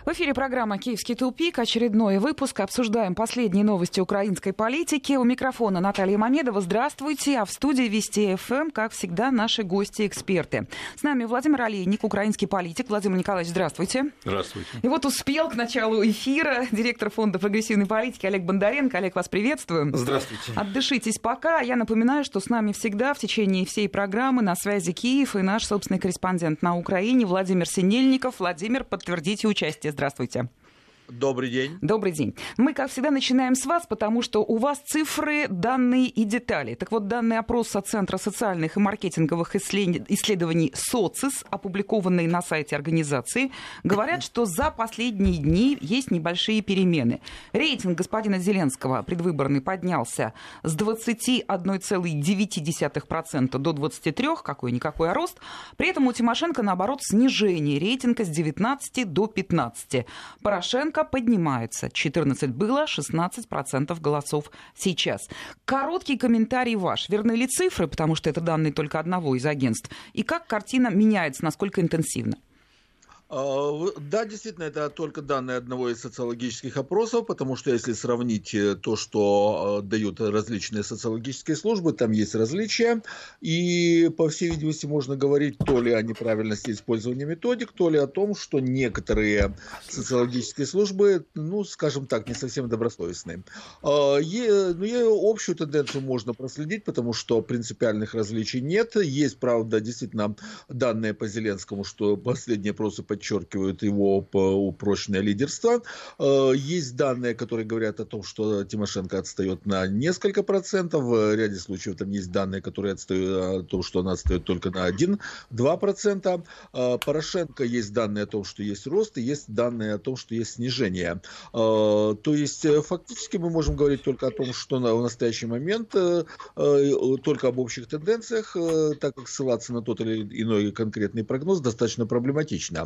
В эфире программа «Киевский тупик». Очередной выпуск. Обсуждаем последние новости украинской политики. У микрофона Наталья Мамедова. Здравствуйте. А в студии Вести ФМ, как всегда, наши гости-эксперты. С нами Владимир Олейник, украинский политик. Владимир Николаевич, здравствуйте. Здравствуйте. И вот успел к началу эфира директор фонда прогрессивной политики Олег Бондаренко. Олег, вас приветствую. Здравствуйте. Отдышитесь пока. Я напоминаю, что с нами всегда в течение всей программы на связи Киев и наш собственный корреспондент на Украине Владимир Синельников. Владимир, подтвердите участие. Здравствуйте. Добрый день. Добрый день. Мы, как всегда, начинаем с вас, потому что у вас цифры, данные и детали. Так вот, данные опроса Центра социальных и маркетинговых исследований СОЦИС, опубликованные на сайте организации, говорят, что за последние дни есть небольшие перемены. Рейтинг господина Зеленского предвыборный поднялся с 21,9% до 23%, какой-никакой рост. При этом у Тимошенко, наоборот, снижение рейтинга с 19 до 15. Порошенко поднимается. 14 было, 16% голосов сейчас. Короткий комментарий ваш. Верны ли цифры, потому что это данные только одного из агентств? И как картина меняется, насколько интенсивно? Да, действительно, это только данные одного из социологических опросов, потому что если сравнить то, что дают различные социологические службы, там есть различия, и, по всей видимости, можно говорить то ли о неправильности использования методик, то ли о том, что некоторые социологические службы, ну, скажем так, не совсем добросовестные. Но общую тенденцию можно проследить, потому что принципиальных различий нет. Есть, правда, действительно данные по Зеленскому, что последние опросы подчеркивают его упроченное лидерство. Есть данные, которые говорят о том, что Тимошенко отстает на несколько процентов. В ряде случаев там есть данные, которые отстают о том, что она отстает только на 1-2%. Порошенко есть данные о том, что есть рост, и есть данные о том, что есть снижение. То есть фактически мы можем говорить только о том, что в настоящий момент только об общих тенденциях, так как ссылаться на тот или иной конкретный прогноз достаточно проблематично.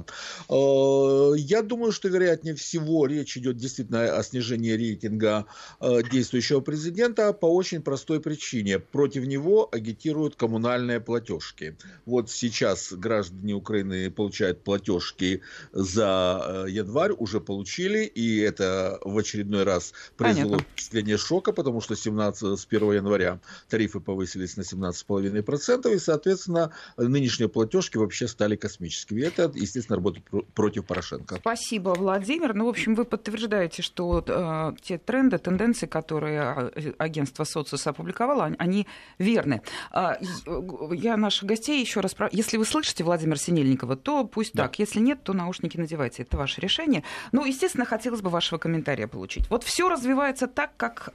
Я думаю, что, вероятнее всего, речь идет действительно о снижении рейтинга действующего президента по очень простой причине. Против него агитируют коммунальные платежки. Вот сейчас граждане Украины получают платежки за январь, уже получили, и это в очередной раз произвело впечатление шока, потому что с 1 января тарифы повысились на 17,5%, и, соответственно, нынешние платежки вообще стали космическими. И это, естественно, работа против Порошенко. Спасибо, Владимир. Ну, в общем, вы подтверждаете, что те тренды, тенденции, которые агентство СОЦИС опубликовало, они верны. Я наших гостей еще раз... Если вы слышите Владимира Синельникова, то пусть так. Если нет, то наушники надевайте. Это ваше решение. Ну, естественно, хотелось бы вашего комментария получить. Вот все развивается так, как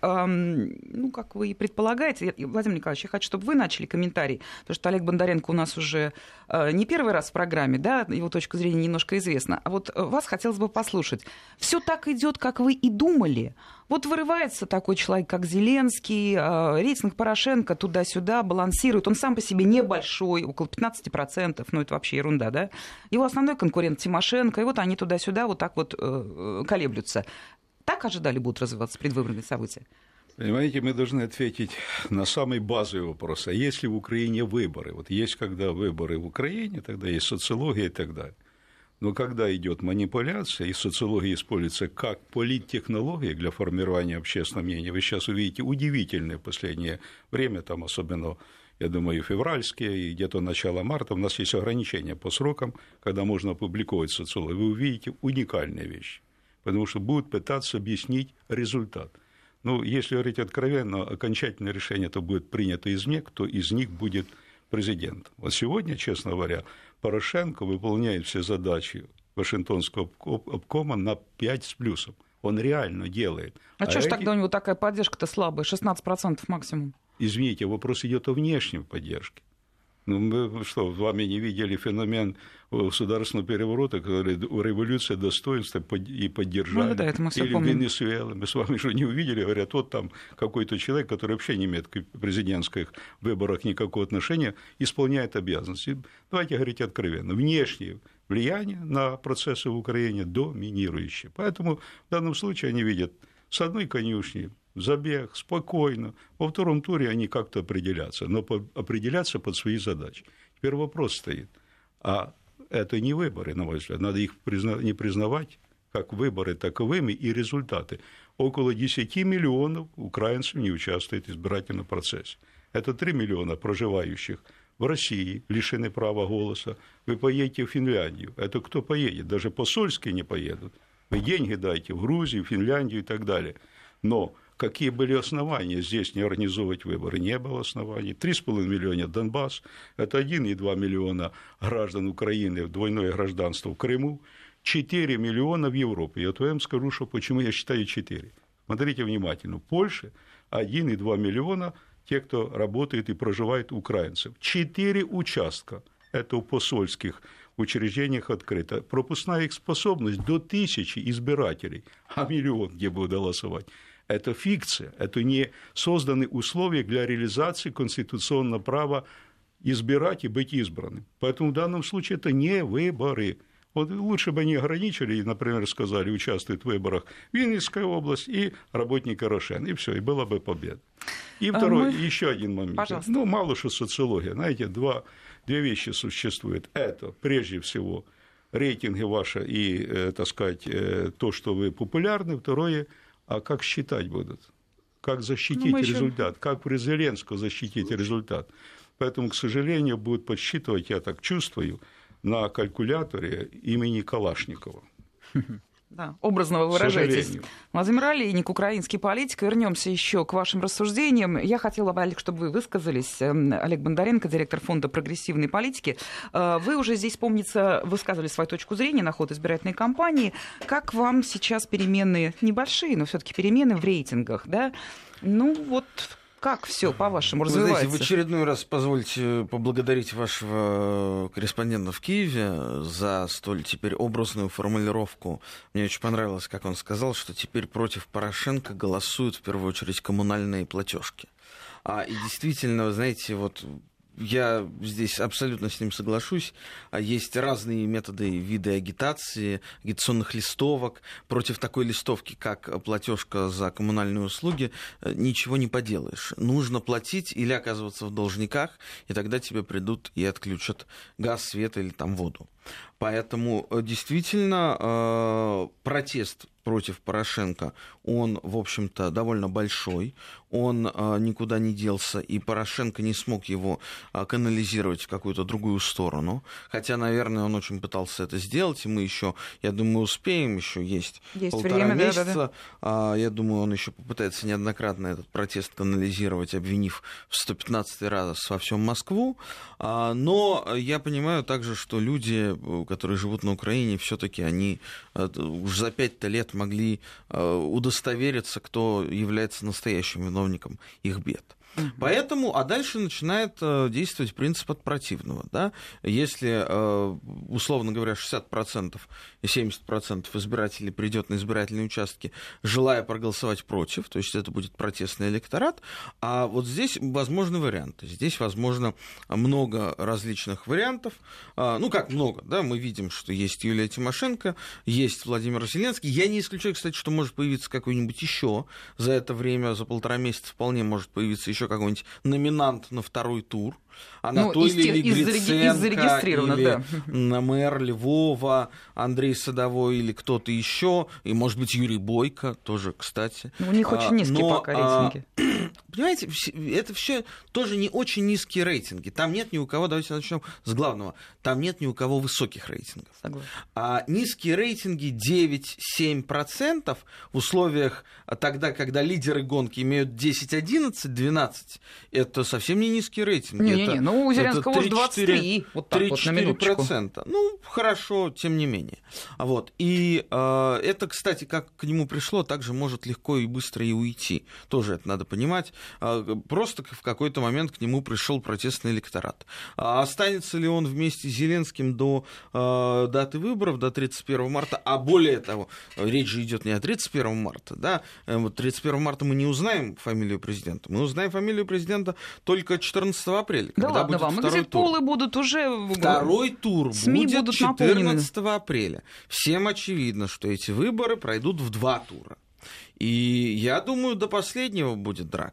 вы и предполагаете. Владимир Николаевич, я хочу, чтобы вы начали комментарий, потому что Олег Бондаренко у нас уже не первый раз в программе, да, его точка зрения немножко известна. А вот вас хотелось бы послушать. Все так идет, как вы и думали. Вот вырывается такой человек, как Зеленский, рейтинг Порошенко туда-сюда балансирует. Он сам по себе небольшой, около 15%, ну это вообще ерунда, да? Его основной конкурент Тимошенко, и вот они туда-сюда вот так вот колеблются. Так ожидали будут развиваться предвыборные события? Понимаете, мы должны ответить на самый базовый вопрос. А есть ли в Украине выборы? Вот есть когда выборы в Украине, тогда есть социология и так далее. Но когда идет манипуляция, и социология используется как политтехнология для формирования общественного мнения, вы сейчас увидите удивительное в последнее время, там особенно, я думаю, февральские, и где-то начало марта, у нас есть ограничения по срокам, когда можно опубликовать социологию. Вы увидите уникальные вещи, потому что будут пытаться объяснить результат. Ну, если говорить откровенно, окончательное решение это будет принято извне, кто из них будет президентом. Вот сегодня, честно говоря, Порошенко выполняет все задачи Вашингтонского обкома на 5 с плюсом. Он реально делает. А что ж тогда у него такая поддержка-то слабая, 16% максимум? Извините, вопрос идет о внешней поддержке. Ну, мы что, с вами не видели феномен государственного переворота, когда революция достоинства и поддержали, ну, да, это мы или помним. Венесуэла. Мы с вами что, не увидели? Говорят, вот там какой-то человек, который вообще не имеет к президентских выборах никакого отношения, исполняет обязанности. Давайте говорить откровенно. Внешнее влияние на процессы в Украине доминирующее. Поэтому в данном случае они видят с одной конюшни забег, спокойно. Во втором туре они как-то определятся, но определятся под свои задачи. Теперь вопрос стоит. А это не выборы, на мой взгляд. Надо их не признавать как выборы таковыми и результаты. Около 10 миллионов украинцев не участвуют в избирательном процессе. Это 3 миллиона проживающих в России, лишены права голоса. Вы поедете в Финляндию. Это кто поедет? Даже посольские не поедут. Вы деньги дайте в Грузию, Финляндию и так далее. Но какие были основания здесь не организовывать выборы? Не было оснований. 3,5 миллиона Донбасс, это 1,2 миллиона граждан Украины, двойное гражданство в Крыму, 4 миллиона в Европе. Я вам скажу, что почему я считаю 4. Смотрите внимательно. В Польше 1,2 миллиона те, кто работает и проживает украинцев. 4 участка. Это в посольских учреждениях открыто. Пропускная их способность до 1000 избирателей, а миллион где будет голосовать. Это фикция, это не созданы условия для реализации конституционного права избирать и быть избранным. Поэтому в данном случае это не выборы. Вот лучше бы они ограничили, например, сказали, участвует в выборах Винницкая область и работники Рошен, и все, и была бы победа. И второй, еще один момент. Пожалуйста. Ну, мало что социология. Знаете, две вещи существуют. Это, прежде всего, рейтинги ваши и, так сказать, то, что вы популярны. Второе, а как считать будут? Как защитить результат? Как при Зеленского защитить результат? Поэтому, к сожалению, будут подсчитывать, я так чувствую, на калькуляторе имени Калашникова. Да, образно вы выражаетесь. Владимир Олейник, украинский политик. Вернемся еще к вашим рассуждениям. Я хотела, Олег, чтобы вы высказались. Олег Бондаренко, директор фонда прогрессивной политики. Вы уже здесь, помнится, высказывали свою точку зрения на ход избирательной кампании. Как вам сейчас перемены, небольшие, но все-таки перемены в рейтингах, да? Ну вот... Как все, по-вашему, развивается? Вы знаете, в очередной раз позвольте поблагодарить вашего корреспондента в Киеве за столь теперь образную формулировку. Мне очень понравилось, как он сказал, что теперь против Порошенко голосуют в первую очередь коммунальные платежки. И действительно, вы знаете, вот... Я здесь абсолютно с ним соглашусь. Есть разные методы, виды агитации, агитационных листовок. Против такой листовки, как платежка за коммунальные услуги, ничего не поделаешь. Нужно платить или оказываться в должниках, и тогда тебе придут и отключат газ, свет или там воду. Поэтому действительно протест против Порошенко, он, в общем-то, довольно большой, он никуда не делся, и Порошенко не смог его канализировать в какую-то другую сторону, хотя, наверное, он очень пытался это сделать, и мы еще, я думаю, успеем, еще есть полтора месяца, я думаю, он еще попытается неоднократно этот протест канализировать, обвинив в 115-й раз во всем Москву, но я понимаю также, что люди, которые живут на Украине, все-таки они уже за 5 лет могли удостовериться, кто является настоящим виновником их бед. Поэтому, а дальше начинает действовать принцип от противного. Да? Если, условно говоря, 60% и 70% избирателей придет на избирательные участки, желая проголосовать против, то есть это будет протестный электорат, а вот здесь возможны варианты. Здесь возможно много различных вариантов. Ну, как много, да, мы видим, что есть Юлия Тимошенко, есть Владимир Зеленский. Я не исключаю, кстати, что может появиться какой-нибудь еще за это время, за 1,5 месяца вполне может появиться еще какой-нибудь номинант на второй тур. Анатолий Гриценко или да. Мэр Львова, Андрей Садовой или кто-то еще, и, может быть, Юрий Бойко тоже, кстати. У них очень низкие пока рейтинги. Понимаете, это все тоже не очень низкие рейтинги. Там нет ни у кого, давайте начнем с главного, там нет ни у кого высоких рейтингов. А низкие рейтинги 9-7% в условиях тогда, когда лидеры гонки имеют 10, 11, 12, это совсем не низкие рейтинги. Ну, у Зеленского уже 23, вот так 3-4%. Вот на минуточку. Ну, хорошо, тем не менее. Вот. И это, кстати, как к нему пришло, также может легко и быстро и уйти. Тоже это надо понимать. Просто в какой-то момент к нему пришел протестный электорат. Останется ли он вместе с Зеленским до даты выборов, до 31 марта? А более того, речь же идет не о 31 марта. Да? Вот 31 марта мы не узнаем фамилию президента. Мы узнаем фамилию президента только 14 апреля. Да ладно вам, экзит-полы будут уже... Второй тур СМИ будет 14 апреля. Всем очевидно, что эти выборы пройдут в 2 тура. И я думаю, до последнего будет драка.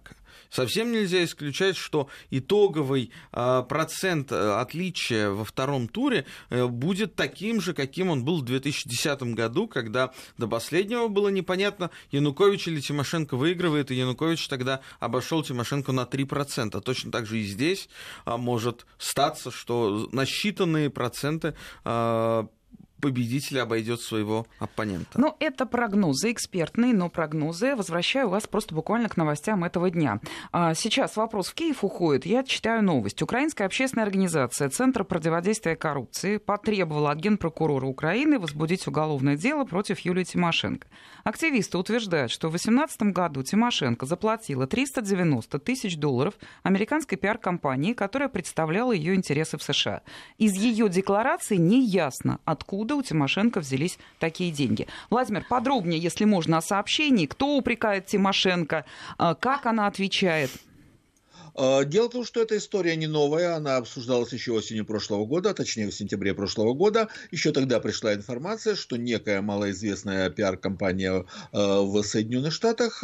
Совсем нельзя исключать, что итоговый процент отличия во втором туре будет таким же, каким он был в 2010 году, когда до последнего было непонятно, Янукович или Тимошенко выигрывает, и Янукович тогда обошел Тимошенко на 3%. Точно так же и здесь может статься, что на считанные проценты победитель обойдет своего оппонента. Ну, это прогнозы экспертные, но прогнозы. Возвращаю вас просто буквально к новостям этого дня. Сейчас вопрос в Киев уходит. Я читаю новость. Украинская общественная организация Центр противодействия коррупции потребовала от Генпрокурора Украины возбудить уголовное дело против Юлии Тимошенко. Активисты утверждают, что в 2018 году Тимошенко заплатила $390 тысяч американской пиар-компании, которая представляла ее интересы в США. Из ее декларации неясно, откуда у Тимошенко взялись такие деньги. Владимир, подробнее, если можно, о сообщении, кто упрекает Тимошенко, как она отвечает. Дело в том, что эта история не новая, она обсуждалась еще осенью прошлого года, точнее в сентябре прошлого года. Еще тогда пришла информация, что некая малоизвестная пиар-компания в Соединенных Штатах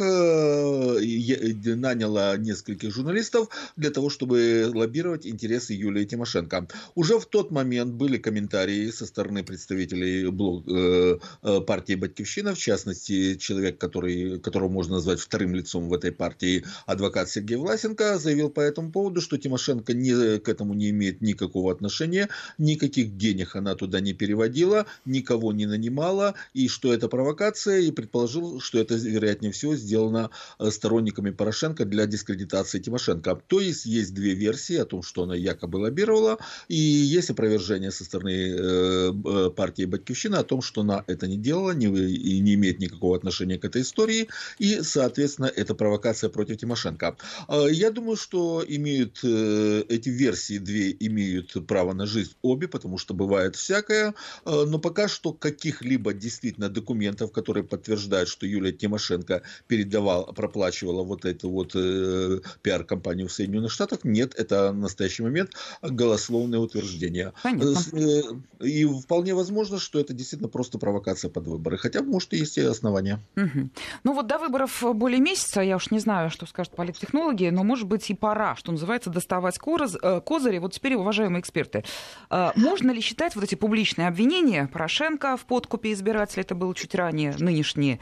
наняла нескольких журналистов для того, чтобы лоббировать интересы Юлии Тимошенко. Уже в тот момент были комментарии со стороны представителей партии «Батькивщина», в частности, человек, которого можно назвать вторым лицом в этой партии, адвокат Сергей Власенко, заявил по этому поводу, что Тимошенко к этому не имеет никакого отношения, никаких денег она туда не переводила, никого не нанимала, и что это провокация, и предположил, что это, вероятнее всего, сделано сторонниками Порошенко для дискредитации Тимошенко. То есть, есть две версии о том, что она якобы лоббировала, и есть опровержение со стороны партии «Батькивщина» о том, что она это не делала, и не имеет никакого отношения к этой истории, и, соответственно, это провокация против Тимошенко. Я думаю, что эти версии две имеют право на жизнь обе, потому что бывает всякое, но пока что каких-либо действительно документов, которые подтверждают, что Юлия Тимошенко проплачивала вот эту вот пиар-компанию в Соединенных Штатах, нет, это в настоящий момент голословное утверждение. Понятно. И вполне возможно, что это действительно просто провокация под выборы, хотя, может, и есть и основания. Угу. Ну вот до выборов более месяца, я уж не знаю, что скажут политтехнологи, но, может быть, и пора, что называется, доставать козыри. Вот теперь, уважаемые эксперты, можно ли считать вот эти публичные обвинения Порошенко в подкупе избирателей, это было чуть ранее, нынешние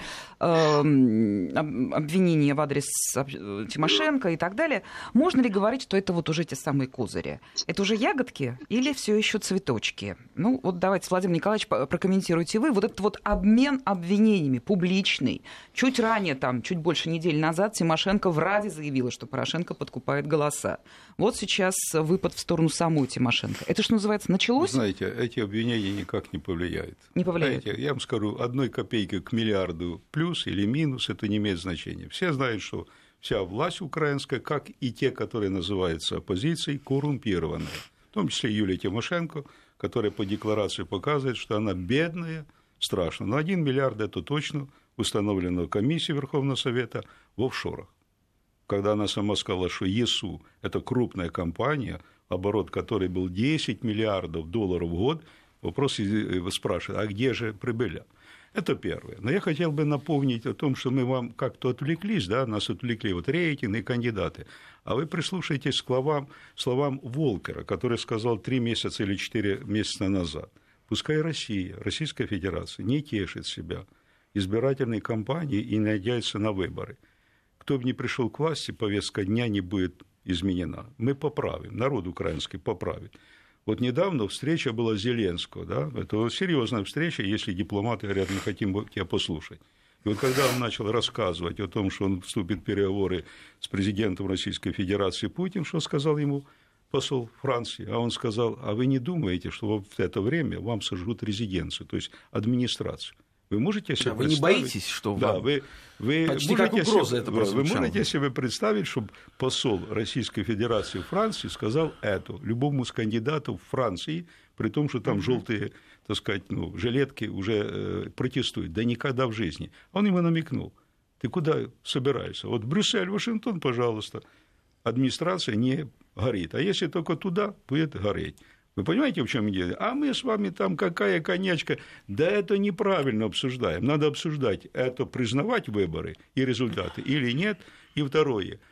обвинения в адрес Тимошенко и так далее, можно ли говорить, что это вот уже те самые козыри? Это уже ягодки или все еще цветочки? Ну вот давайте, Владимир Николаевич, прокомментируйте вы. Вот этот вот обмен обвинениями публичный. Чуть ранее, чуть больше недели назад, Тимошенко в Раде заявила, что Порошенко подкупает голоса. Вот сейчас выпад в сторону самой Тимошенко. Это, что называется, началось? Знаете, эти обвинения никак не повлияют. Не повлияют? Знаете, я вам скажу, 1 копейки к миллиарду плюс или минус, это не имеет значения. Все знают, что вся власть украинская, как и те, которые называются оппозицией, коррумпированная. В том числе Юлия Тимошенко, которая по декларации показывает, что она бедная, страшно. Но 1 миллиард это точно установлено комиссией Верховного Совета в офшорах. Когда она сама сказала, что ЕСУ – это крупная компания, оборот которой был $10 миллиардов в год, вопрос спрашивает, а где же прибыли? Это первое. Но я хотел бы напомнить о том, что мы вам как-то отвлеклись, да, нас отвлекли вот рейтинг и кандидаты. А вы прислушайтесь к словам Волкера, который сказал 3 месяца или 4 месяца назад. Пускай Российская Федерация не тешит себя избирательной кампанией и надеется на выборы. Кто бы ни пришел к власти, повестка дня не будет изменена. Мы поправим, народ украинский поправит. Вот недавно встреча была Зеленского, да, это серьезная встреча, если дипломаты говорят, мы хотим тебя послушать. И вот когда он начал рассказывать о том, что он вступит в переговоры с президентом Российской Федерации Путин, что сказал ему посол Франции? А он сказал, а вы не думаете, что в это время вам сожгут резиденцию, то есть администрацию? Вы можете себе вы представить... не боитесь, что да, вам вы почти как угроза это прозвучало? Вы можете себе представить, чтобы посол Российской Федерации в Франции сказал это любому из кандидатов в Франции, при том, что там желтые, так сказать, жилетки уже протестуют? Да никогда в жизни. Он ему намекнул. Ты куда собираешься? Вот Брюссель, Вашингтон, пожалуйста. Администрация не горит. А если только туда, будет гореть. Вы понимаете, в чем дело? А мы с вами там какая конячка. Да это неправильно обсуждаем. Надо обсуждать это, признавать выборы и результаты или нет. И второе.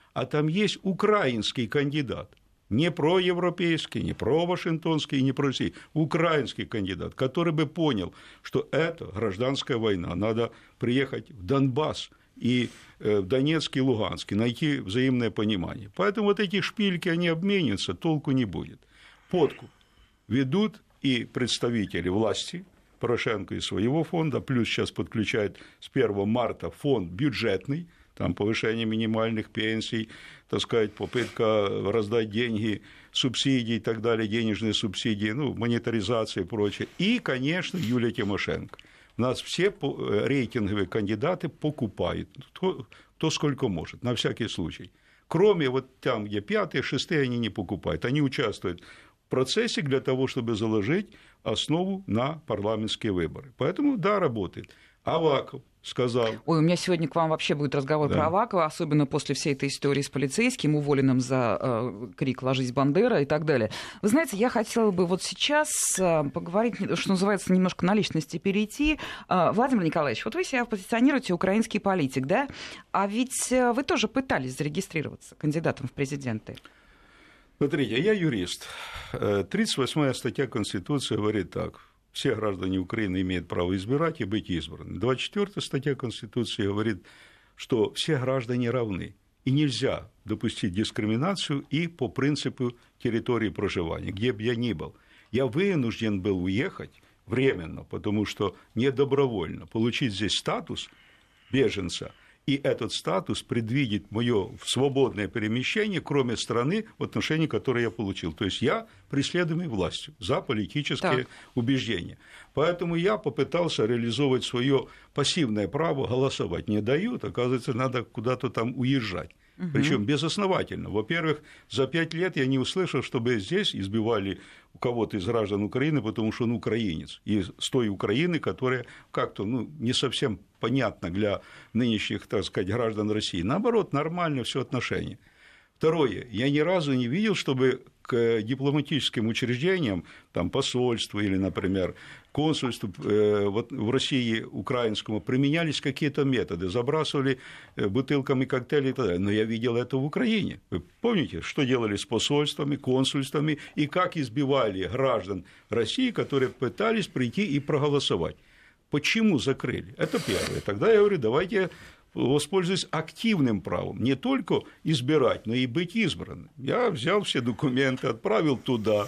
а там есть украинский кандидат. Не проевропейский, не провашингтонский, не пророссийский, украинский кандидат, который бы понял, что это гражданская война, надо приехать в Донбасс и в Донецк и Луганск, и найти взаимное понимание. Поэтому вот эти шпильки, они обменятся, толку не будет. Подкуп ведут и представители власти, Порошенко из своего фонда, плюс сейчас подключают с 1 марта фонд бюджетный, там повышение минимальных пенсий, так сказать, попытка раздать деньги, субсидии и так далее, денежные субсидии, ну, монетаризация и прочее. И, конечно, Юлия Тимошенко. У нас все рейтинговые кандидаты покупают, кто сколько может, на всякий случай. Кроме вот там, где 5-е, 6-е, они не покупают. Они участвуют в процессе для того, чтобы заложить основу на парламентские выборы. Поэтому, да, работает. Аваков сказал... Ой, у меня сегодня к вам вообще будет разговор про Авакова, особенно после всей этой истории с полицейским, уволенным за крик «Ложись, Бандера» и так далее. Вы знаете, я хотела бы вот сейчас поговорить, что называется, немножко на личности перейти. Владимир Николаевич, вот вы себя позиционируете украинский политик, да? А ведь вы тоже пытались зарегистрироваться кандидатом в президенты. Смотрите, я юрист. 38-я статья Конституции говорит так. Все граждане Украины имеют право избирать и быть избраны. 24-я статья Конституции говорит, что все граждане равны. И нельзя допустить дискриминацию и по принципу территории проживания, где бы я ни был. Я вынужден был уехать временно, потому что недобровольно получить здесь статус беженца. И этот статус предвидит мое свободное перемещение, кроме страны, в отношении которой я получил. То есть я преследуемый властью за политические убеждения. Поэтому я попытался реализовывать свое пассивное право голосовать. Не дают, оказывается, надо куда-то там уезжать. Причем безосновательно. Во-первых, за 5 лет я не услышал, чтобы здесь избивали у кого-то из граждан Украины, потому что он украинец. И с той Украины, которая как-то не совсем понятна для нынешних, так сказать, граждан России. Наоборот, нормально все отношения. Второе. Я ни разу не видел, чтобы к дипломатическим учреждениям, там, посольству или, например, консульству в России украинскому применялись какие-то методы, забрасывали бутылками коктейли и так далее. Но я видел это в Украине. Вы помните, что делали с посольствами, консульствами и как избивали граждан России, которые пытались прийти и проголосовать. Почему закрыли? Это первое. Тогда я говорю, давайте воспользуюсь активным правом, не только избирать, но и быть избранным. Я взял все документы, отправил туда,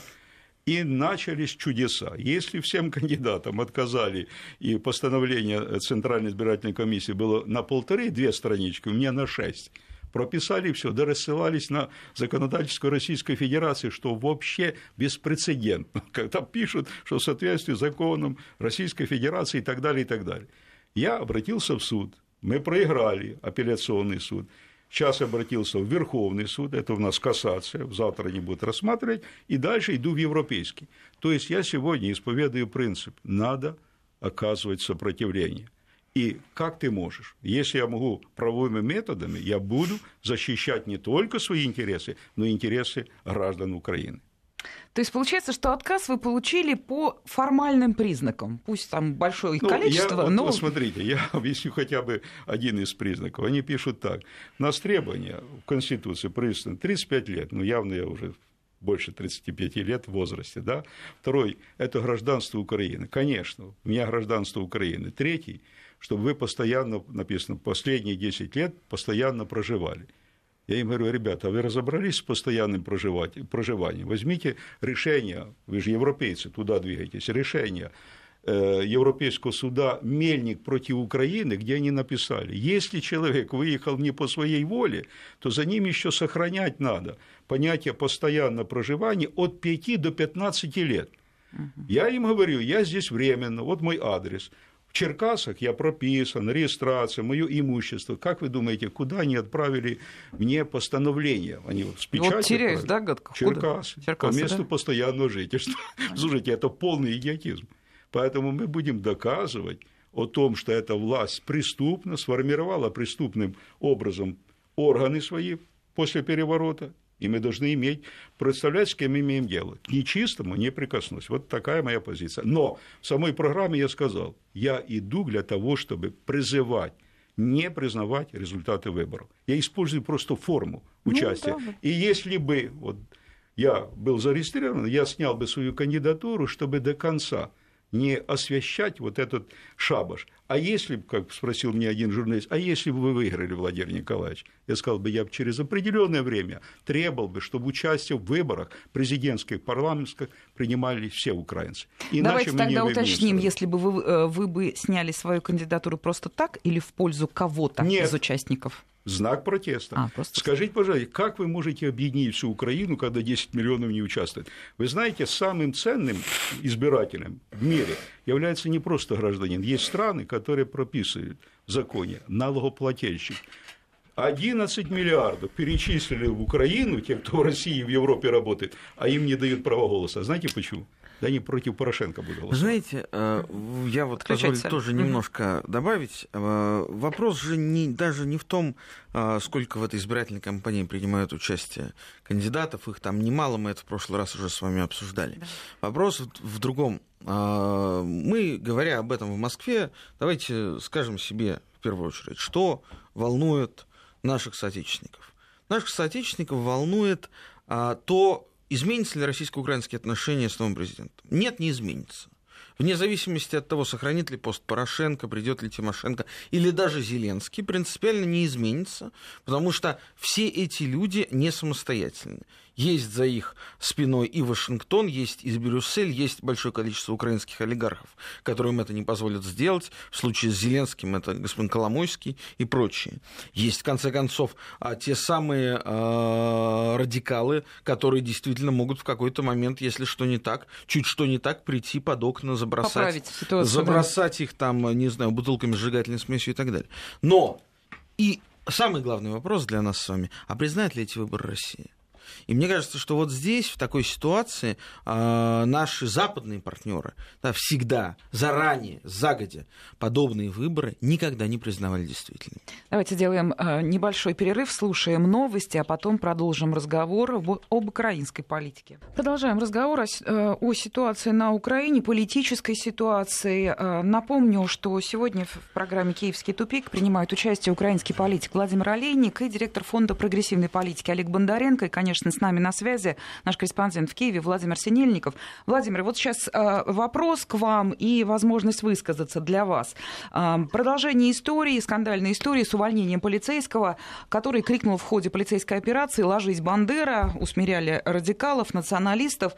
и начались чудеса. Если всем кандидатам отказали, и постановление Центральной избирательной комиссии было на 1,5-2 странички, у меня на 6, прописали все, да рассылались на законодательство Российской Федерации, что вообще беспрецедентно, когда пишут, что в соответствии с законом Российской Федерации и так далее, и так далее. Я обратился в суд. Мы проиграли апелляционный суд. Сейчас обратился в Верховный суд, это у нас кассация, завтра они будут рассматривать, и дальше иду в Европейский. То есть я сегодня исповедую принцип, надо оказывать сопротивление. И как ты можешь? Если я могу правовыми методами, я буду защищать не только свои интересы, но и интересы граждан Украины. То есть получается, что отказ вы получили по формальным признакам, пусть там большое их количество, но... Вот, смотрите, я объясню хотя бы один из признаков. Они пишут так. У нас требования в Конституции прописаны 35 лет, явно я уже больше 35 лет в возрасте, да. Второй – это гражданство Украины. Конечно, у меня гражданство Украины. Третий – чтобы вы постоянно, написано, последние 10 лет постоянно проживали. Я им говорю, ребята, вы разобрались с постоянным проживанием? Возьмите решение, вы же европейцы, туда двигаетесь, решение Европейского суда «Мельник против Украины», где они написали, если человек выехал не по своей воле, то за ним еще сохранять надо понятие «постоянное проживание» от 5 до 15 лет. Я им говорю, я здесь временно, вот мой адрес. В Черкасах я прописан, регистрация, мое имущество. Как вы думаете, куда они отправили мне постановление? Они с печатью вот теряюсь, да, Гадко? Черкасы, по месту постоянного жительства. Слушайте, это полный идиотизм. Поэтому мы будем доказывать о том, что эта власть преступна, сформировала преступным образом органы свои после переворота, и мы должны представлять, с кем имеем дело. К нечистому не прикоснусь. Вот такая моя позиция. Но в самой программе я сказал, я иду для того, чтобы призывать не признавать результаты выборов. Я использую просто форму участия. Да. И если бы я был зарегистрирован, я снял бы свою кандидатуру, чтобы до конца не освещать этот шабаш. А если бы, как спросил меня один журналист, а если бы вы выиграли, Владимир Николаевич? Я сказал бы, я бы через определенное время требовал бы, чтобы участие в выборах президентских, парламентских принимали все украинцы. Иначе давайте тогда уточним, если бы вы бы сняли свою кандидатуру просто так или в пользу кого-то из участников? Знак протеста. Скажите, пожалуйста, как вы можете объединить всю Украину, когда 10 миллионов не участвуют? Вы знаете, самым ценным избирателем в мире является не просто гражданин. Есть страны, которые прописывают в законе налогоплательщик. 11 миллиардов перечислили в Украину, те, кто в России и в Европе работает, а им не дают права голоса. Знаете почему? Да они против Порошенко будут голосовать. Знаете, я позволю тоже немножко добавить. Вопрос же даже не в том, сколько в этой избирательной кампании принимают участие кандидатов. Их там немало, мы это в прошлый раз уже с вами обсуждали. Да. Вопрос в другом. Мы, говоря об этом в Москве, давайте скажем себе в первую очередь, что волнует наших соотечественников. Наших соотечественников волнует то, изменятся ли российско-украинские отношения с новым президентом? Нет, не изменится. Вне зависимости от того, сохранит ли пост Порошенко, придет ли Тимошенко или даже Зеленский, принципиально не изменится, потому что все эти люди не самостоятельны. Есть за их спиной и Вашингтон, есть и Брюссель, есть большое количество украинских олигархов, которые им это не позволят сделать. В случае с Зеленским это господин Коломойский и прочие. Есть, в конце концов, те самые радикалы, которые действительно могут в какой-то момент, если что не так, чуть что не так, прийти под окна, забросать их там, не знаю, бутылками с сжигательной смесью и так далее. Но и самый главный вопрос для нас с вами, а признает ли эти выборы Россия? И мне кажется, что здесь, в такой ситуации, наши западные партнеры всегда, заранее, загодя подобные выборы никогда не признавали действительными. Давайте сделаем небольшой перерыв, слушаем новости, а потом продолжим разговор об украинской политике. Продолжаем разговор о ситуации на Украине, политической ситуации. Напомню, что сегодня в программе «Киевский тупик» принимают участие украинский политик Владимир Олейник и директор Фонда прогрессивной политики Олег Бондаренко, и, конечно, с нами на связи наш корреспондент в Киеве Владимир Синельников. Владимир, сейчас вопрос к вам и возможность высказаться для вас. Продолжение истории, скандальной истории с увольнением полицейского, который крикнул в ходе полицейской операции «Ложись, Бандера!», усмиряли радикалов, националистов.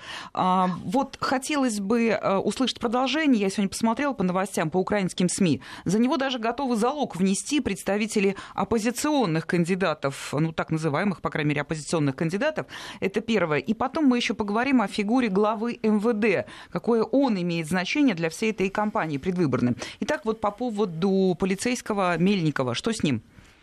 Хотелось бы услышать продолжение. Я сегодня посмотрела по новостям, по украинским СМИ. За него даже готовы залог внести представители оппозиционных кандидатов, так называемых, по крайней мере, оппозиционных кандидатов. Это первое. И потом мы еще поговорим о фигуре главы МВД, какое он имеет значение для всей этой кампании предвыборной. Итак, по поводу полицейского Мельникова. Что с ним?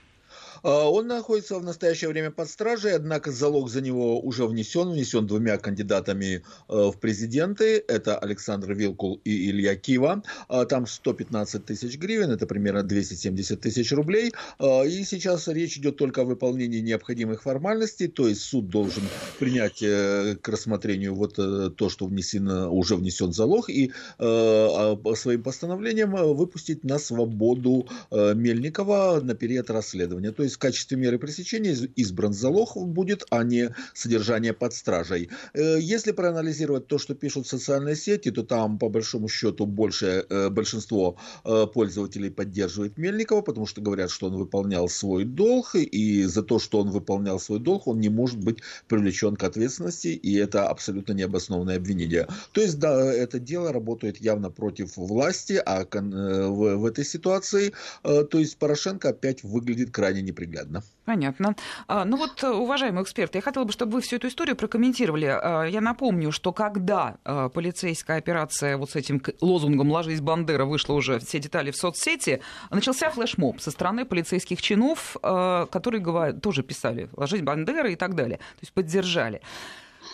Он находится в настоящее время под стражей, однако залог за него уже внесен двумя кандидатами в президенты. Это Александр Вилкул и Илья Кива. Там 115 тысяч гривен, это примерно 270 тысяч рублей. И сейчас речь идет только о выполнении необходимых формальностей, то есть суд должен принять к рассмотрению то, что уже внесен залог, и своим постановлением выпустить на свободу Мельникова на период расследования. То есть в качестве меры пресечения избран залог будет, а не содержание под стражей. Если проанализировать то, что пишут социальные сети, то там, по большому счету, большинство пользователей поддерживает Мельникова, потому что говорят, что он выполнял свой долг, и за то, что он выполнял свой долг, он не может быть привлечен к ответственности, и это абсолютно необоснованное обвинение. То есть, да, это дело работает явно против власти, а в этой ситуации, то есть Порошенко опять выглядит крайне неприглядно. Понятно. Уважаемые эксперты, я хотела бы, чтобы вы всю эту историю прокомментировали. Я напомню, что когда полицейская операция с этим лозунгом «Ложись, Бандера» вышла уже все детали в соцсети, начался флешмоб со стороны полицейских чинов, которые тоже писали «Ложись, Бандера» и так далее. То есть поддержали.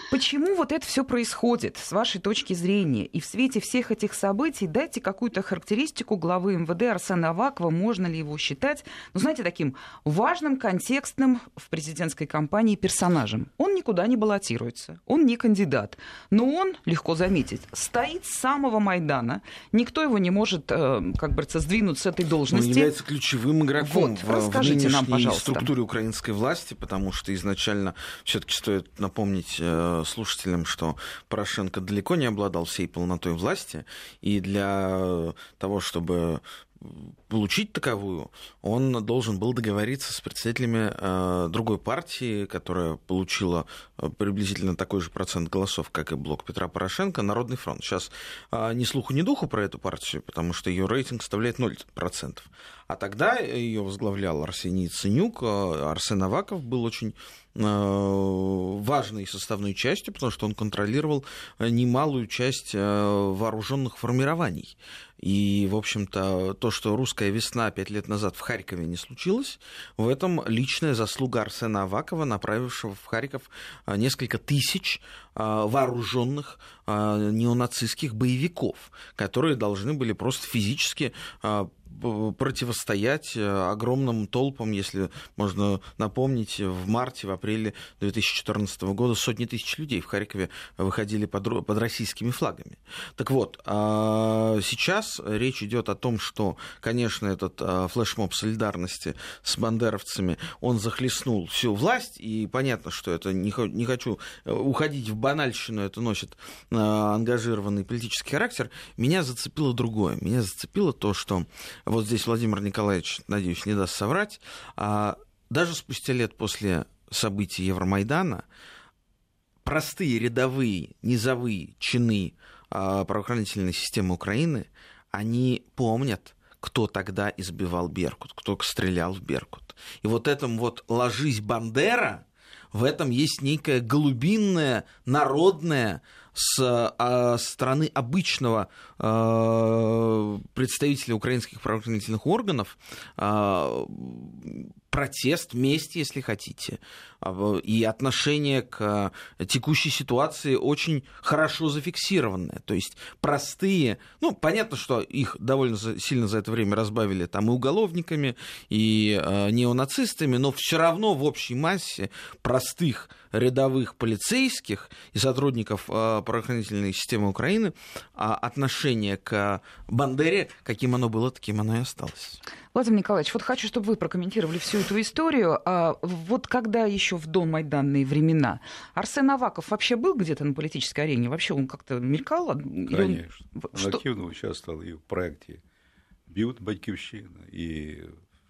Почему вот это все происходит, с вашей точки зрения? И в свете всех этих событий дайте какую-то характеристику главы МВД Арсена Авакова. Можно ли его считать, ну, знаете, таким важным, контекстным в президентской кампании персонажем? Он никуда не баллотируется, он не кандидат. Но он, легко заметить, стоит с самого Майдана. Никто его не может, как говорится, сдвинуть с этой должности. Он является ключевым игроком в нынешней нам, структуре украинской власти, потому что изначально все-таки стоит напомнить слушателям, что Порошенко далеко не обладал всей полнотой власти, и для того, чтобы получить таковую, он должен был договориться с представителями другой партии, которая получила приблизительно такой же процент голосов, как и блок Петра Порошенко, Народный фронт. Сейчас ни слуху, ни духу про эту партию, потому что ее рейтинг составляет 0%. А тогда ее возглавлял Арсений Яценюк. Арсен Аваков был очень важной составной частью, потому что он контролировал немалую часть вооруженных формирований. И, в общем-то, то, что русская весна 5 лет назад в Харькове не случилось, в этом личная заслуга Арсена Авакова, направившего в Харьков несколько тысяч вооруженных неонацистских боевиков, которые должны были просто физически противостоять огромным толпам, если можно напомнить, в марте, в апреле 2014 года сотни тысяч людей в Харькове выходили под российскими флагами. Так вот, сейчас речь идет о том, что, конечно, этот флешмоб солидарности с бандеровцами, он захлестнул всю власть, и понятно, что это, не хочу уходить в банальщину, это носит ангажированный политический характер. Меня зацепило другое. Меня зацепило то, что вот здесь Владимир Николаевич, надеюсь, не даст соврать, даже спустя лет после событий Евромайдана простые рядовые низовые чины правоохранительной системы Украины, они помнят, кто тогда избивал Беркут, кто стрелял в Беркут. И вот этом вот «ложись, Бандера», в этом есть некая глубинная, народная, с стороны обычного представителя украинских правоохранительных органов протест, месть, если хотите, и отношение к текущей ситуации очень хорошо зафиксированное. То есть простые, ну, понятно, что их довольно сильно за это время разбавили там и уголовниками, и неонацистами, но все равно в общей массе простых рядовых полицейских и сотрудников правоохранительной системы Украины отношение к Бандере, каким оно было, таким оно и осталось. Владимир Николаевич, вот хочу, чтобы вы прокомментировали всю эту историю. Вот когда еще в домайданные времена Арсен Аваков вообще был где-то на политической арене? Вообще он как-то мелькал? Конечно. Он активно участвовал и в проекте «Бьют Батьківщина», и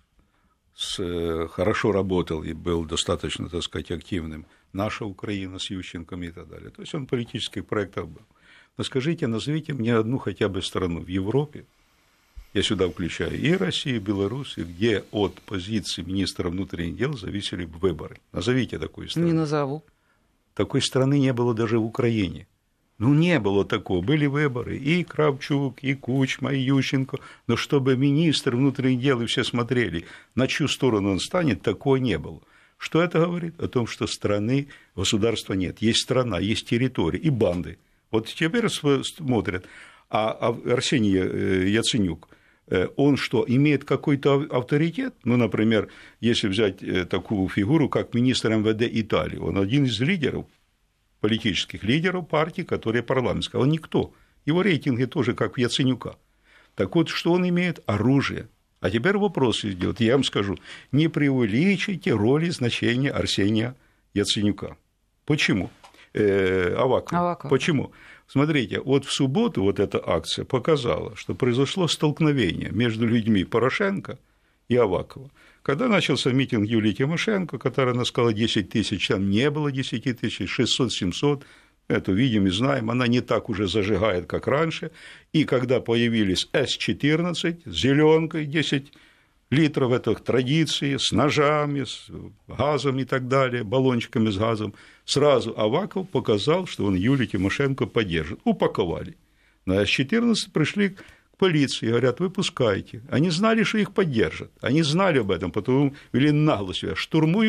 хорошо работал, и был достаточно, так сказать, активным. «Наша Украина» с Ющенком и так далее. То есть он в политических проектах был. Но скажите, назовите мне одну хотя бы страну в Европе, я сюда включаю и Россию, и Беларусь, где от позиции министра внутренних дел зависели выборы. Назовите такую страну. Не назову. Такой страны не было даже в Украине. Ну, не было такого. Были выборы и Кравчук, и Кучма, и Ющенко. Но чтобы министр внутренних дел и все смотрели, на чью сторону он станет, такого не было. Что это говорит? О том, что страны, государства нет. Есть страна, есть территория и банды. Вот теперь смотрят, а Арсений Яценюк, он что, имеет какой-то авторитет? Ну, например, если взять такую фигуру, как министр МВД Италии, он один из лидеров, политических лидеров партии, которые парламентские, он никто. Его рейтинги тоже как у Яценюка. Так вот, что он имеет? Оружие. А теперь вопрос идет, я вам скажу, не преувеличите роли значения Арсения Яценюка. Почему? Авакова. Почему? Смотрите, вот в субботу вот эта акция показала, что произошло столкновение между людьми Порошенко и Авакова. Когда начался митинг Юлии Тимошенко, которая она сказала 10 тысяч, там не было 10 тысяч, 600-700, это видим и знаем, она не так уже зажигает, как раньше. И когда появились С-14 с зеленкой 10 литров, это традиции, с ножами, с газом и так далее, баллончиками с газом, сразу Аваков показал, что он Юлию Тимошенко поддержит. Упаковали. На С-14 пришли к полиции, говорят, выпускайте. Они знали, что их поддержат. Они знали об этом, потому вели нагло себя. Штурмуют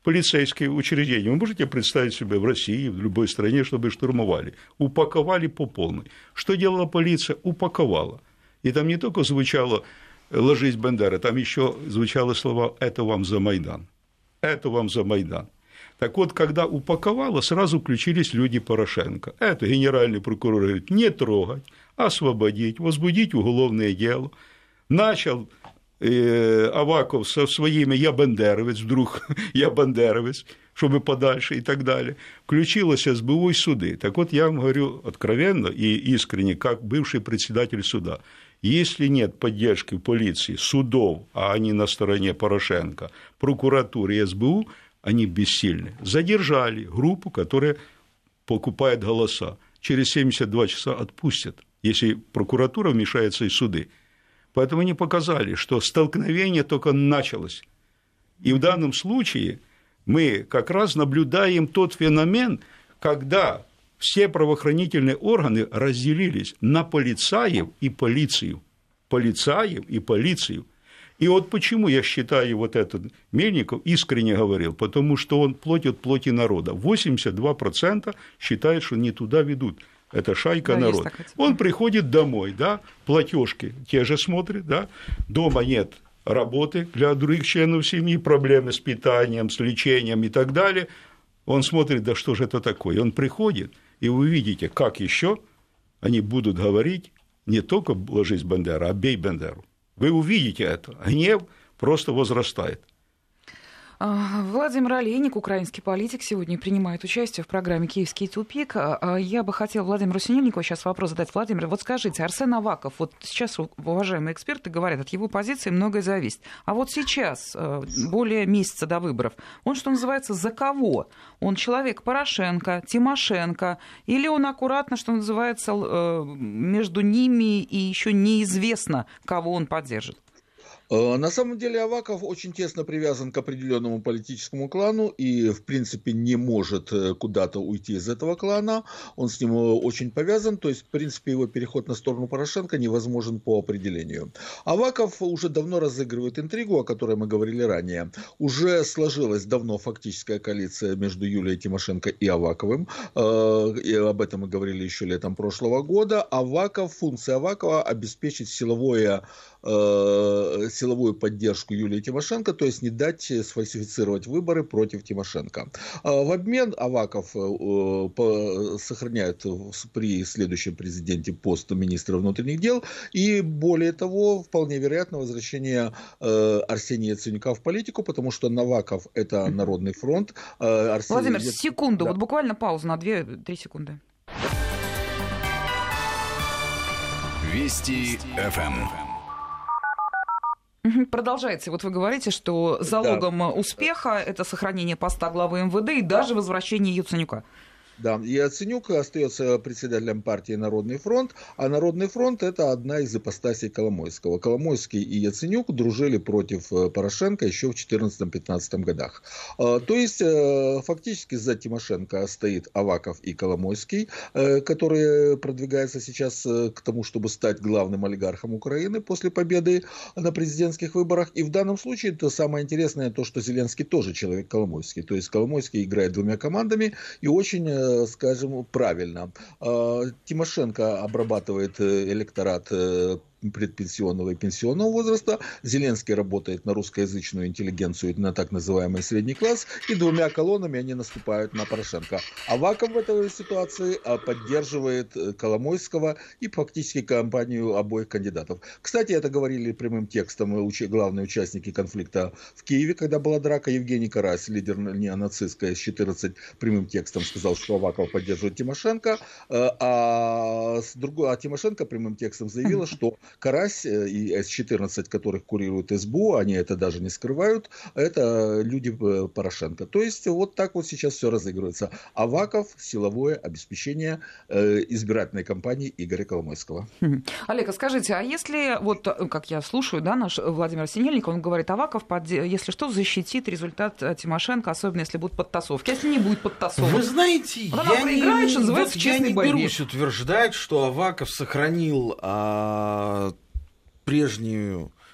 полицейские учреждения, вы можете представить себе в России, в любой стране, чтобы штурмовали, упаковали по полной. Что делала полиция? Упаковала. И там не только звучало «ложись, Бандера», там еще звучало слова «это вам за Майдан». Это вам за Майдан. Так вот, когда упаковала, сразу включились люди Порошенко. Это генеральный прокурор говорит, не трогать, освободить, возбудить уголовное дело. Начал Аваков со своими «я бандеровец», вдруг «я бандеровец», чтобы подальше и так далее. Включилось СБУ и суды. Так вот, я вам говорю откровенно и искренне, как бывший председатель суда, если нет поддержки полиции, судов, а они на стороне Порошенко, прокуратуры и СБУ, они бессильны. Задержали группу, которая покупает голоса. Через 72 часа отпустят, если прокуратура вмешается и суды. Поэтому они показали, что столкновение только началось. И в данном случае мы как раз наблюдаем тот феномен, когда все правоохранительные органы разделились на полицаев и полицию. Полицаев и полицию. И вот почему я считаю, вот этот Мельников искренне говорил, потому что он плоть от плоти народа. 82% считают, что не туда ведут. Это шайка народ. Он приходит домой, да, платежки те же смотрит, да, дома нет работы для других членов семьи, проблемы с питанием, с лечением и так далее. Он смотрит, да что же это такое? Он приходит, и вы видите, как еще они будут говорить не только «ложись, Бандера», а «бей Бандеру». Вы увидите это. Гнев просто возрастает. Владимир Олейник, украинский политик, сегодня принимает участие в программе «Киевский тупик». Я бы хотела Владимиру Синельникову сейчас вопрос задать. Владимир, вот скажите, Арсен Аваков, вот сейчас уважаемые эксперты говорят, от его позиции многое зависит. А вот сейчас, более месяца до выборов, он, что называется, за кого? Он человек Порошенко, Тимошенко, или он аккуратно, что называется, между ними и еще неизвестно, кого он поддержит? На самом деле Аваков очень тесно привязан к определенному политическому клану и, в принципе, не может куда-то уйти из этого клана. Он с ним очень повязан, то есть, в принципе, его переход на сторону Порошенко невозможен по определению. Аваков уже давно разыгрывает интригу, о которой мы говорили ранее. Уже сложилась давно фактическая коалиция между Юлией Тимошенко и Аваковым. И об этом мы говорили еще летом прошлого года. Функция Авакова обеспечить силовую поддержку Юлии Тимошенко, то есть не дать сфальсифицировать выборы против Тимошенко. В обмен Аваков сохраняет при следующем президенте пост министра внутренних дел, и более того, вполне вероятно возвращение Арсения Яценюка в политику, потому что Аваков — это Народный фронт. Владимир, секунду, да. Вот буквально паузу на 2-3 секунды. Вести ФМ. Продолжается. Вот вы говорите, что залогом успеха это сохранение поста главы МВД и даже возвращение Яценюка. Да, и Яценюк остается председателем партии «Народный фронт», а «Народный фронт» — это одна из ипостасей Коломойского. Коломойский и Яценюк дружили против Порошенко еще в 2014-2015 годах. То есть, фактически за Тимошенко стоит Аваков и Коломойский, который продвигается сейчас к тому, чтобы стать главным олигархом Украины после победы на президентских выборах. И в данном случае то самое интересное то, что Зеленский тоже человек Коломойский. То есть Коломойский играет двумя командами и очень, скажем, правильно. Тимошенко обрабатывает электорат предпенсионного и пенсионного возраста. Зеленский работает на русскоязычную интеллигенцию, на так называемый средний класс, и двумя колоннами они наступают на Порошенко. Аваков в этой ситуации поддерживает Коломойского и фактически кампанию обоих кандидатов. Кстати, это говорили прямым текстом главные участники конфликта в Киеве, когда была драка. Евгений Карась, лидер неонацистской С-14, прямым текстом сказал, что Аваков поддерживает Тимошенко, а Тимошенко прямым текстом заявила, что Карась и С-14, которых курирует СБУ, они это даже не скрывают, это люди Порошенко. То есть вот так вот сейчас все разыгрывается. Аваков — силовое обеспечение избирательной кампании Игоря Коломойского. Олег, а скажите, а если, вот как я слушаю, да, наш Владимир Синельников, он говорит, Аваков, если что, защитит результат Тимошенко, особенно если будут подтасовки. Если не будет подтасовок, вы знаете, я не берусь утверждать, что Аваков сохранил прежнюю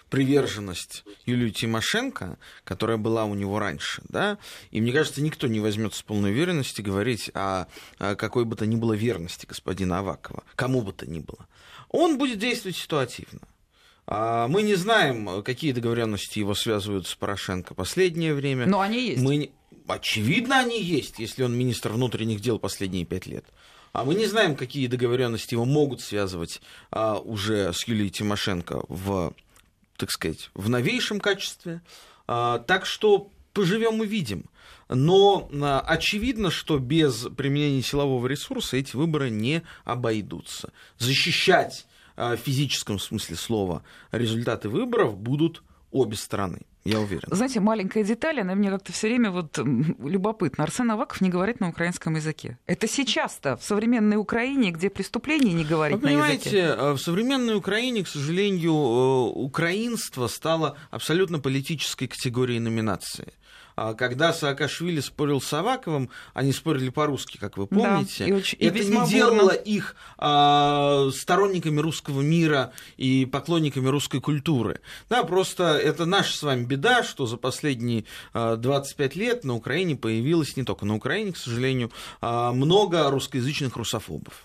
приверженность Юлии Тимошенко, которая была у него раньше, да, и мне кажется, никто не возьмет с полной уверенности говорить о какой бы то ни было верности господина Авакова, кому бы то ни было. Он будет действовать ситуативно. Мы не знаем, какие договоренности его связывают с Порошенко последнее время. Но они есть. Очевидно, они есть, если он министр внутренних дел последние 5 лет. А мы не знаем, какие договоренности его могут связывать уже с Юлией Тимошенко так сказать, в новейшем качестве. Так что поживем и видим. Но очевидно, что без применения силового ресурса эти выборы не обойдутся. Защищать в физическом смысле слова результаты выборов будут обе стороны, я уверен. Знаете, маленькая деталь, она мне как-то все время любопытна. Арсен Аваков не говорит на украинском языке. Это сейчас-то в современной Украине, где преступление не говорит на языке. Вы понимаете, в современной Украине, к сожалению, украинство стало абсолютно политической категорией номинации. Когда Саакашвили спорил с Аваковым, они спорили по-русски, как вы помните. Да, это не делало их сторонниками русского мира и поклонниками русской культуры. Да, просто это наша с вами беда, что за последние 25 лет на Украине появилось, не только на Украине, к сожалению, много русскоязычных русофобов.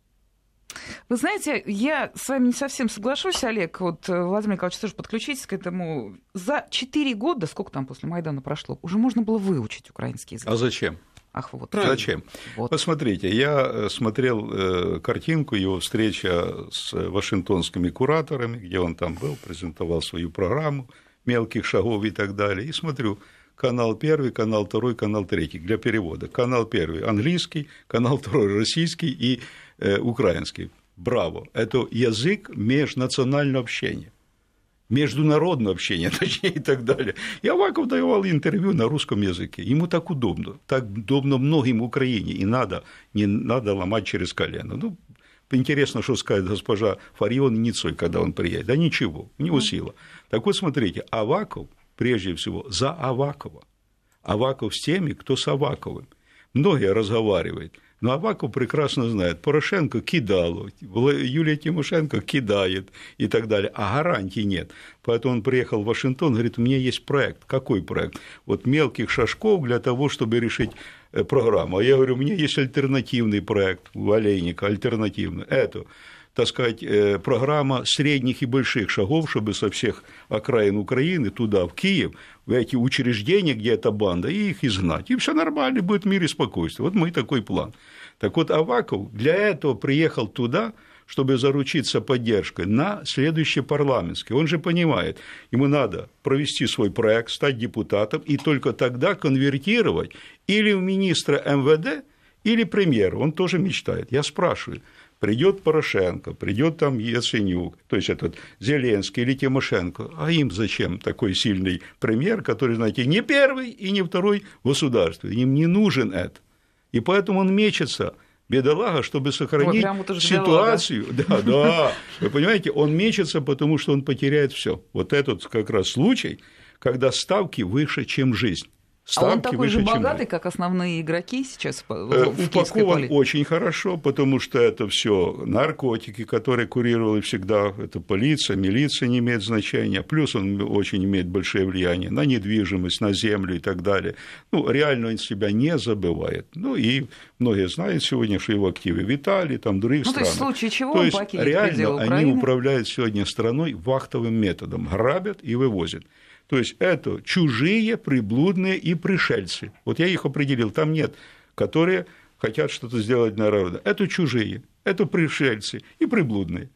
Вы знаете, я с вами не совсем соглашусь, Олег. Вот Владимир Николаевич, тоже подключитесь к этому. За 4 года, сколько там после Майдана прошло, уже можно было выучить украинский язык. А зачем? Ах, вот. Зачем? Вот. Посмотрите, я смотрел картинку его встреча с вашингтонскими кураторами, где он там был, презентовал свою программу мелких шагов и так далее. И смотрю, канал 1, канал 2, канал 3 для перевода. Канал 1 английский, канал 2 российский и украинский. Браво! Это язык межнационального общения, международного общения, точнее, и так далее. И Аваков давал интервью на русском языке. Ему так удобно многим в Украине, и не надо ломать через колено. Ну, интересно, что скажет госпожа Фарион Ницой, когда он приедет. Да ничего, у него сила. Так вот, смотрите, Аваков, прежде всего, за Авакова. Аваков с теми, кто с Аваковым. Многие разговаривают. Но Аваков прекрасно знает, Порошенко кидал, Юлия Тимошенко кидает и так далее, а гарантий нет. Поэтому он приехал в Вашингтон, говорит, у меня есть проект. Какой проект? Вот мелких шажков для того, чтобы решить программу. А я говорю, у меня есть альтернативный проект у Олейника, альтернативный. Это, так сказать, программа средних и больших шагов, чтобы со всех окраин Украины туда, в Киев, в эти учреждения, где эта банда, и их изгнать. И все нормально, будет мир и спокойствие. Вот мы такой план. Так вот, Аваков для этого приехал туда, чтобы заручиться поддержкой на следующий парламентский. Он же понимает, ему надо провести свой проект, стать депутатом, и только тогда конвертировать или в министра МВД, или премьера. Он тоже мечтает. Я спрашиваю, придет Порошенко, придет там Яценюк, то есть этот Зеленский или Тимошенко, а им зачем такой сильный премьер, который, знаете, не первый и не второй в государстве, им не нужен это. И поэтому он мечется, бедолага, чтобы сохранить ситуацию. Да, вы понимаете, он мечется, потому что он потеряет все. Вот этот как раз случай, когда ставки выше, чем жизнь. А он такой же богатый, как основные игроки сейчас в упакован очень хорошо, потому что это все наркотики, которые курировали всегда, это полиция, милиция не имеет значения, плюс он очень имеет большое влияние на недвижимость, на землю и так далее. Ну, реально он себя не забывает. Ну, и многие знают сегодня, что его активы в Италии, там, в других странах. То есть, в случае чего он покинет пределы Украины? Реально они управляют сегодня страной вахтовым методом, грабят и вывозят. То есть это чужие, приблудные и пришельцы. Вот я их определил, там нет, которые хотят что-то сделать для народа. Это чужие, это пришельцы и приблудные.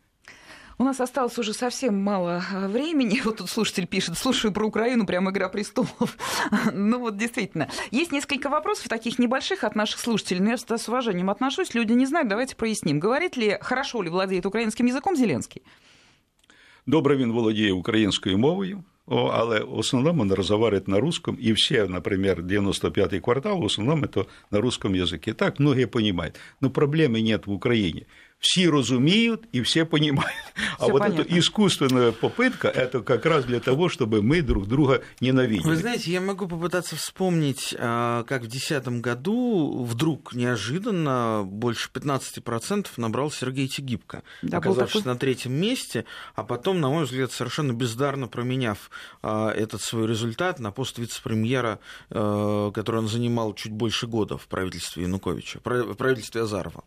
У нас осталось уже совсем мало времени. Вот тут слушатель пишет, слушаю про Украину, прям «Игра престолов». Ну вот действительно. Есть несколько вопросов таких небольших от наших слушателей, но я с уважением отношусь. Люди не знают, давайте проясним. Говорит ли, хорошо ли владеет українським язиком Зеленский? Добре він володіє українською мовою. Але в основном он разговаривает на русском, и все, например, 95-й квартал, в основном это на русском языке. Так многие понимают. Но проблемы нет в Украине. все разумеют и все понимают. А вот понятно. эта искусственная попытка, это как раз для того, чтобы мы друг друга ненавидели. Вы знаете, я могу попытаться вспомнить, как в 2010 году вдруг неожиданно больше 15% набрал Сергей Тегибко, Да, оказавшись на 3-м месте, а потом, на мой взгляд, совершенно бездарно променяв этот свой результат на пост вице-премьера, который он занимал чуть больше года в правительстве Януковича, в правительстве Азарова.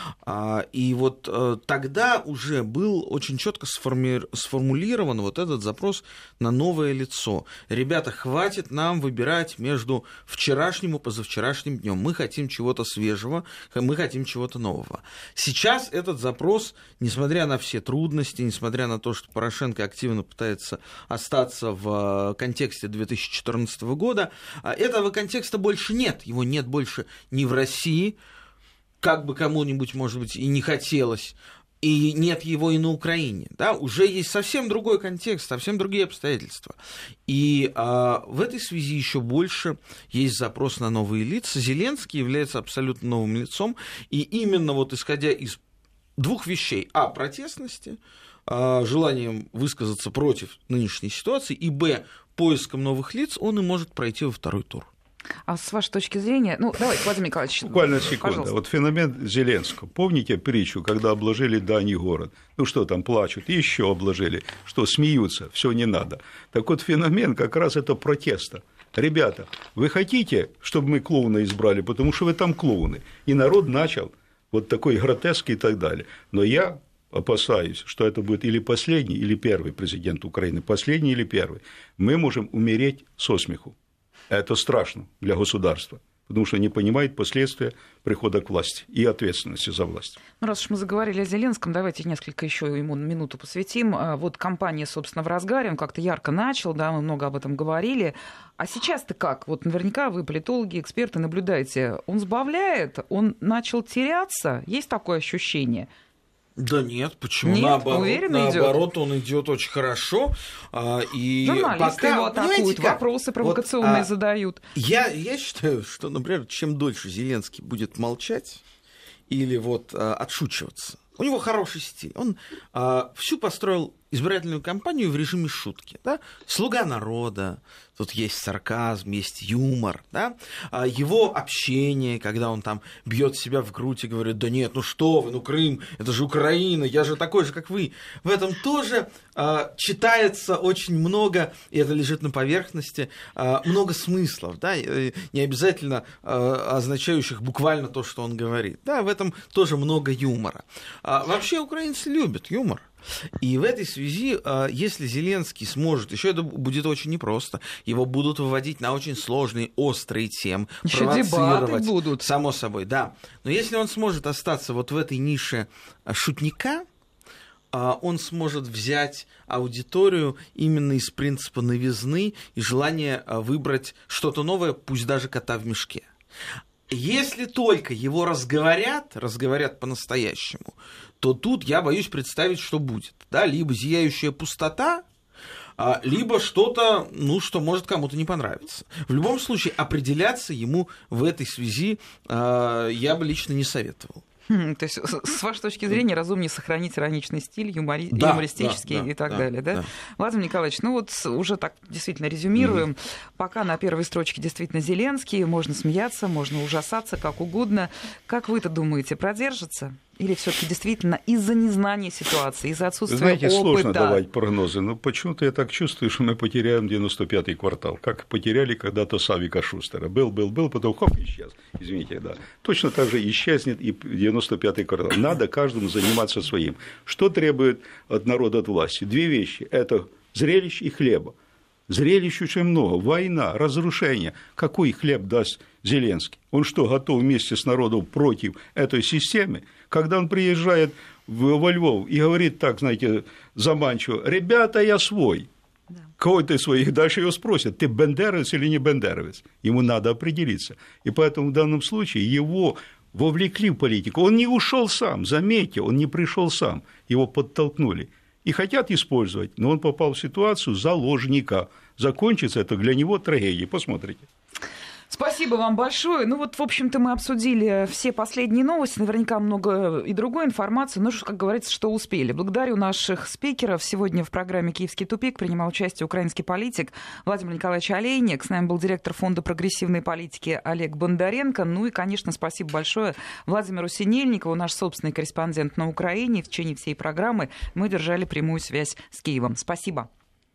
И вот тогда уже был очень четко сформулирован вот этот запрос на новое лицо. Ребята, хватит нам выбирать между вчерашним и позавчерашним днем. Мы хотим чего-то свежего, мы хотим чего-то нового. Сейчас этот запрос, несмотря на все трудности, несмотря на то, что Порошенко активно пытается остаться в контексте 2014 года, этого контекста больше нет. Его нет больше ни в России, как бы кому-нибудь, может быть, и не хотелось, и нет его и на Украине. Да? Уже есть совсем другой контекст, совсем другие обстоятельства. И в этой связи еще больше есть запрос на новые лица. Зеленский является абсолютно новым лицом, и именно вот исходя из двух вещей: протестности, желанием высказаться против нынешней ситуации, и поиском новых лиц, он и может пройти во второй тур. А с вашей точки зрения, давайте, Владимир Николаевич, буквально секунду. Пожалуйста. Вот феномен Зеленского. Помните притчу, когда обложили дань и город? Что там, плачут, еще обложили, что смеются, все не надо. Так вот, феномен как раз это протеста. Ребята, вы хотите, чтобы мы клоуна избрали, потому что вы там клоуны. И народ начал вот такой гротеск и так далее. Но я опасаюсь, что это будет или последний, или первый президент Украины. Последний или первый. Мы можем умереть со смеху. Это страшно для государства, потому что не понимает последствия прихода к власти и ответственности за власть. Раз уж мы заговорили о Зеленском, давайте несколько еще ему минуту посвятим. Вот кампания, собственно, в разгаре, он как-то ярко начал, да, мы много об этом говорили. А сейчас-то как? Вот наверняка вы, политологи, эксперты, наблюдаете. Он сбавляет, он начал теряться? Есть такое ощущение? Да нет, почему? Нет, наоборот, он идет очень хорошо. И журналисты его атакуют, вопросы провокационные задают. Я считаю, что, например, чем дольше Зеленский будет молчать или отшучиваться, у него хороший стиль. Он всю построил избирательную кампанию в режиме шутки. Да? Слуга народа, тут есть сарказм, есть юмор. Да? Его общение, когда он там бьет себя в грудь и говорит: да нет, ну что вы, Крым, это же Украина, я же такой же, как вы. В этом тоже читается очень много, и это лежит на поверхности, много смыслов, да? Не обязательно означающих буквально то, что он говорит. Да? В этом тоже много юмора. Вообще украинцы любят юмор. И в этой связи, если Зеленский сможет, еще это будет очень непросто, его будут выводить на очень сложные, острые темы, еще провоцировать, дебаты будут. Само собой, да. Но если он сможет остаться вот в этой нише шутника, он сможет взять аудиторию именно из принципа новизны и желания выбрать что-то новое, пусть даже кота в мешке. Если только его разговорят по-настоящему, то тут я боюсь представить, что будет. Да? Либо зияющая пустота, либо что-то, что может кому-то не понравиться. В любом случае, определяться ему в этой связи я бы лично не советовал. То есть, с вашей точки зрения, разумнее сохранить ироничный стиль, юмористический и так далее, да? Владимир Николаевич, уже так действительно резюмируем. Пока на первой строчке действительно Зеленский, можно смеяться, можно ужасаться, как угодно. Как вы-то думаете, продержится? Или все-таки действительно из-за незнания ситуации, из-за отсутствия опыта? Сложно давать прогнозы, но почему-то я так чувствую, что мы потеряем 95-й квартал, как потеряли когда-то Савика Шустера. Был, потом хоп, исчез. Извините, да. Точно так же исчезнет и 95-й квартал. Надо каждому заниматься своим. Что требует от народа, от власти? Две вещи. Это зрелищ и хлеба. Зрелищ очень много. Война, разрушение. Какой хлеб даст Зеленский? Он что, готов вместе с народом против этой системы? Когда он приезжает во Львов и говорит так, знаете, заманчиво: ребята, я свой. Да. Кого ты своих? Дальше его спросят: ты бендеровец или не бендеровец? Ему надо определиться. И поэтому в данном случае его вовлекли в политику. Он не ушел сам, заметьте, он не пришел сам. Его подтолкнули. И хотят использовать, но он попал в ситуацию заложника. Закончится это для него трагедией. Посмотрите. Спасибо вам большое. Ну вот, в общем-то, мы обсудили все последние новости. Наверняка много и другой информации. Но, как говорится, что успели. Благодарю наших спикеров. Сегодня в программе «Киевский тупик» принимал участие украинский политик Владимир Николаевич Олейник. С нами был директор Фонда прогрессивной политики Олег Бондаренко. Ну и, конечно, спасибо большое Владимиру Синельникову, наш собственный корреспондент на Украине. В течение всей программы мы держали прямую связь с Киевом. Спасибо.